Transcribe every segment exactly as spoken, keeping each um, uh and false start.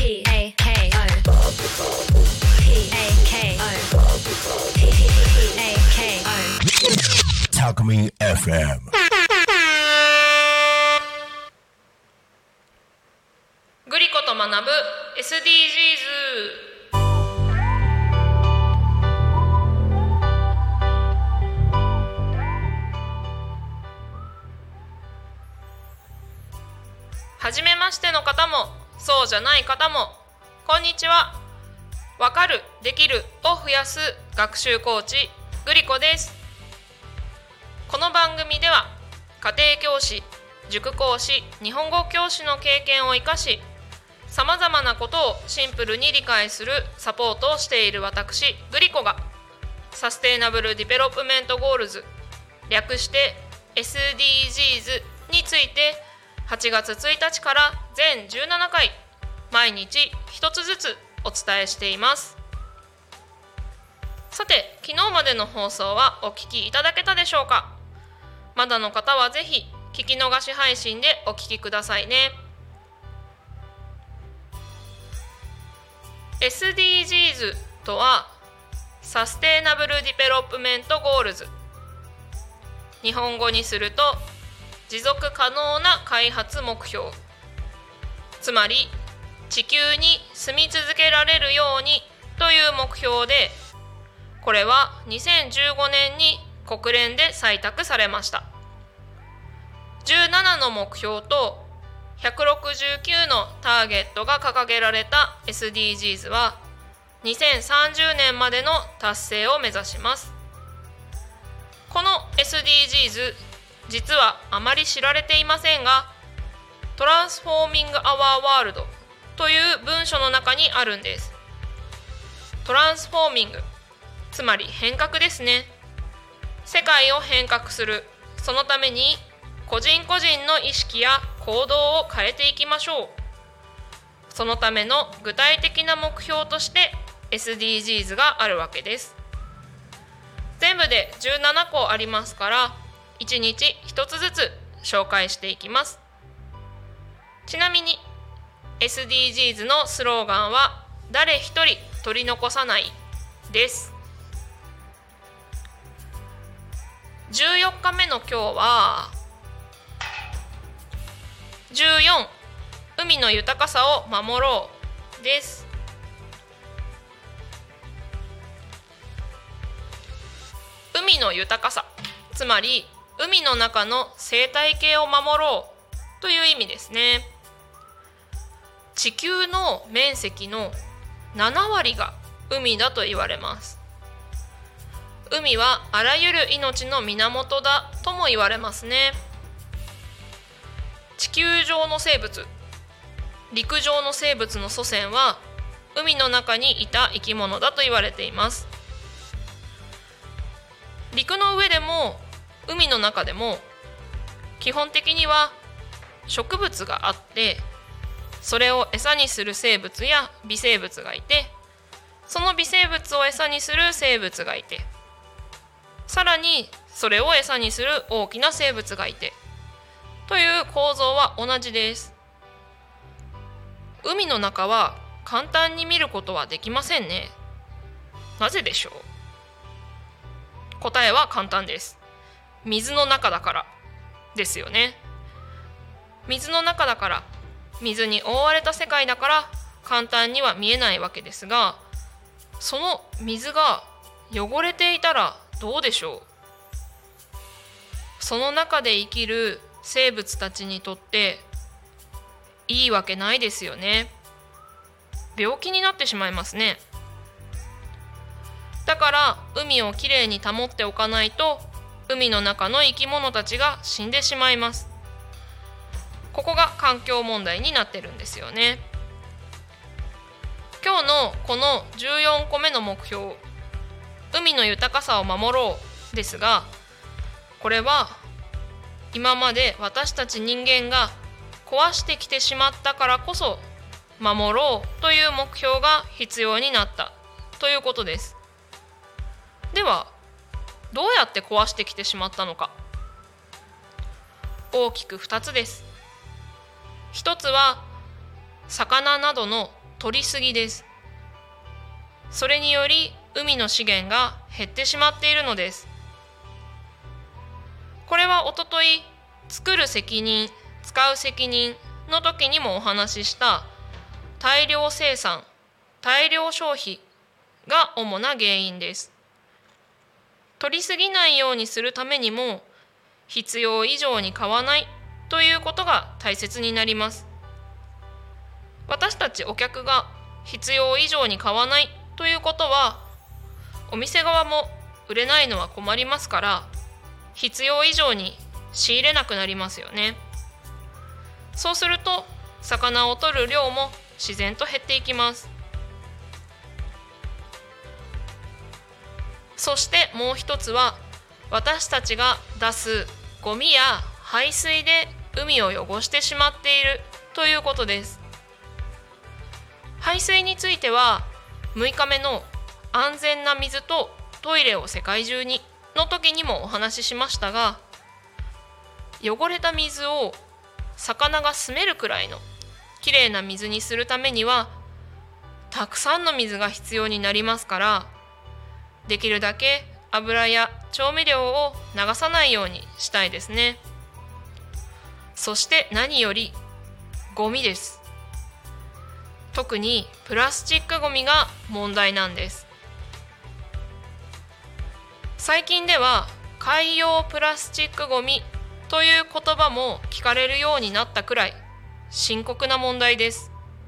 P A K O P A K O P A K O タコミン エフエムグリコと学ぶ エスディージーズ。はじめましての方もそうじゃない方もこんにちは。わかるできるを増やす学習コーチグリコです。この番組では家庭教師、塾講師、日本語教師の経験を生かし、さまざまなことをシンプルに理解するサポートをしている私グリコが、サステイナブルディベロップメントゴールズ、略して エスディージーズ についてはちがつついたちから全じゅうななかい毎日一つずつお伝えしています。さて、昨日までの放送はお聞きいただけたでしょうか。まだの方はぜひ聞き逃し配信でお聞きくださいね。 エスディージーズ とはサステイナブルディベロップメントゴールズ、日本語にすると持続可能な開発目標、つまり地球に住み続けられるようにという目標で、これはにせんじゅうごねんに国連で採択されました。じゅうななの目標とひゃくろくじゅうきゅうのターゲットが掲げられた エスディージーズ はにせんさんじゅうねんまでの達成を目指します。この エスディージーズ、実はあまり知られていませんが、トランスフォーミングアワーワールドという文書の中にあるんです。トランスフォーミング、つまり変革ですね。世界を変革する、そのために個人個人の意識や行動を変えていきましょう。そのための具体的な目標として エスディージーズ があるわけです。全部でじゅうななこありますから、いちにちひとつずつ紹介していきます。ちなみに エスディージーズ のスローガンは誰一人取り残さないです。じゅうよっかめの今日はじゅうよん、海の豊かさを守ろうです。海の豊かさ、つまり海の中の生態系を守ろうという意味ですね。地球の面積のななわりが海だと言われます。海はあらゆる命の源だとも言われますね。地球上の生物、陸上の生物の祖先は海の中にいた生き物だと言われています。陸の上でも海の中でも基本的には植物があって、それを餌にする生物や微生物がいて、その微生物を餌にする生物がいて、さらにそれを餌にする大きな生物がいてという構造は同じです。海の中は簡単に見ることはできませんね。なぜでしょう？答えは簡単です。水の中だからですよね。水の中だから、水に覆われた世界だから簡単には見えないわけですが、その水が汚れていたらどうでしょう？その中で生きる生物たちにとっていいわけないですよね。病気になってしまいますね。だから海をきれいに保っておかないと、海の中の生き物たちが死んでしまいます。ここが環境問題になってるんですよね。今日のこのじゅうよんこめの目標、海の豊かさを守ろうですが、これは今まで私たち人間が壊してきてしまったからこそ守ろうという目標が必要になったということです。ではどうやって壊してきてしまったのか。大きくふたつです。ひとつは魚などの取りすぎです。それにより海の資源が減ってしまっているのです。これはおととい、作る責任、使う責任の時にもお話しした大量生産、大量消費が主な原因です。取りすぎないようにするためにも、必要以上に買わないということが大切になります。私たちお客が必要以上に買わないということは、お店側も売れないのは困りますから、必要以上に仕入れなくなりますよね。そうすると魚を取る量も自然と減っていきます。そしてもう一つは、私たちが出すゴミや排水で海を汚してしまっているということです。排水についてはむいかめの安全な水とトイレを世界中にの時にもお話ししましたが、汚れた水を魚が住めるくらいのきれいな水にするためにはたくさんの水が必要になりますから、できるだけ油や調味料を流さないようにしたいですね。そして何よりゴミです。特にプラスチックゴミが問題なんです。最近では海洋プラスチックゴミという言葉も聞かれるようになったくらい深刻な問題です。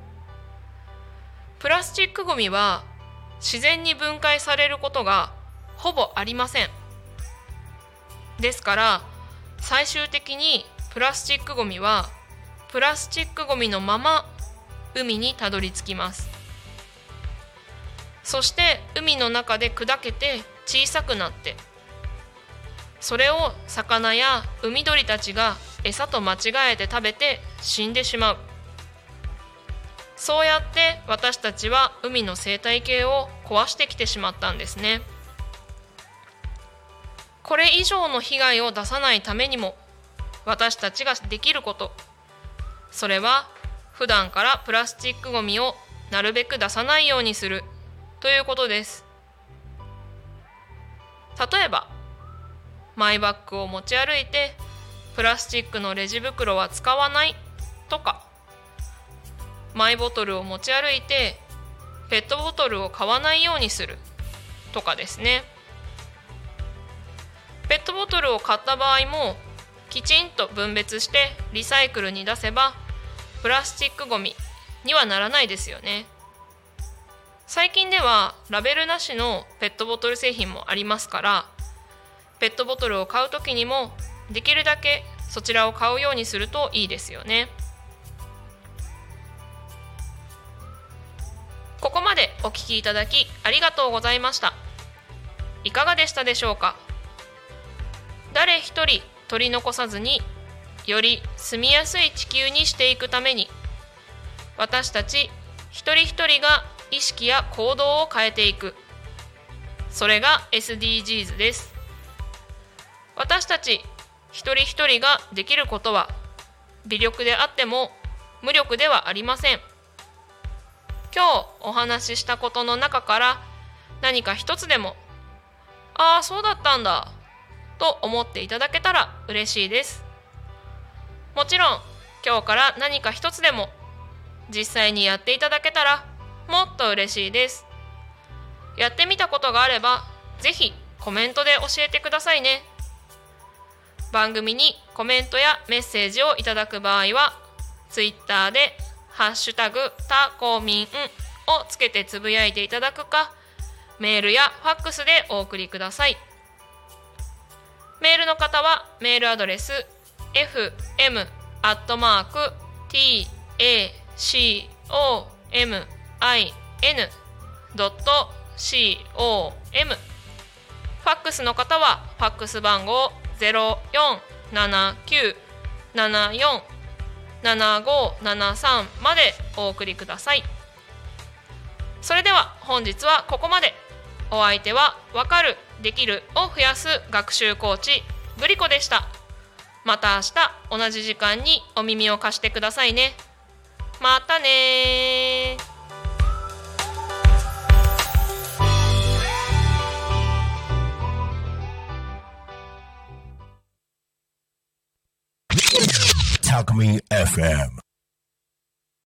プラスチックゴミは自然に分解されることがほぼありません。ですから最終的にプラスチックゴミはプラスチックゴミのまま海にたどり着きます。そして海の中で砕けて小さくなって、それを魚や海鳥たちが餌と間違えて食べて死んでしまう。そうやって私たちは海の生態系を壊してきてしまったんですね。これ以上の被害を出さないためにも、私たちができること、それは普段からプラスチックごみをなるべく出さないようにするということです。例えばマイバッグを持ち歩いてプラスチックのレジ袋は使わないとか、マイボトルを持ち歩いてペットボトルを買わないようにするとかですね。ペットボトルを買った場合もきちんと分別してリサイクルに出せばプラスチックごみにはならないですよね。最近ではラベルなしのペットボトル製品もありますから、ペットボトルを買うときにもできるだけそちらを買うようにするといいですよね。ここまでお聞きいただきありがとうございました。いかがでしたでしょうか。誰一人取り残さずにより住みやすい地球にしていくために、私たち一人一人が意識や行動を変えていく、それが エスディージーズ です。私たち一人一人ができることは微力であっても無力ではありません。今日お話ししたことの中から何か一つでも、ああそうだったんだと思っていただけたら嬉しいです。もちろん今日から何か一つでも実際にやっていただけたらもっと嬉しいです。やってみたことがあればぜひコメントで教えてくださいね。番組にコメントやメッセージをいただく場合はツイッターでハッシュタグタコミンをつけてつぶやいていただくか、メールやファックスでお送りください。メールの方はメールアドレス エフエム アットマーク ティー エー シー オー エム アイ エヌ ドット シー オー エム、 ファックスの方はファックス番号 ゼロよんななきゅう ななよん ななごななさん までお送りください。それでは本日はここまで。お相手はわかるできるを増やす学習コーチグリコでした。また明日同じ時間にお耳を貸してくださいね。またね。 Talk Me エフエム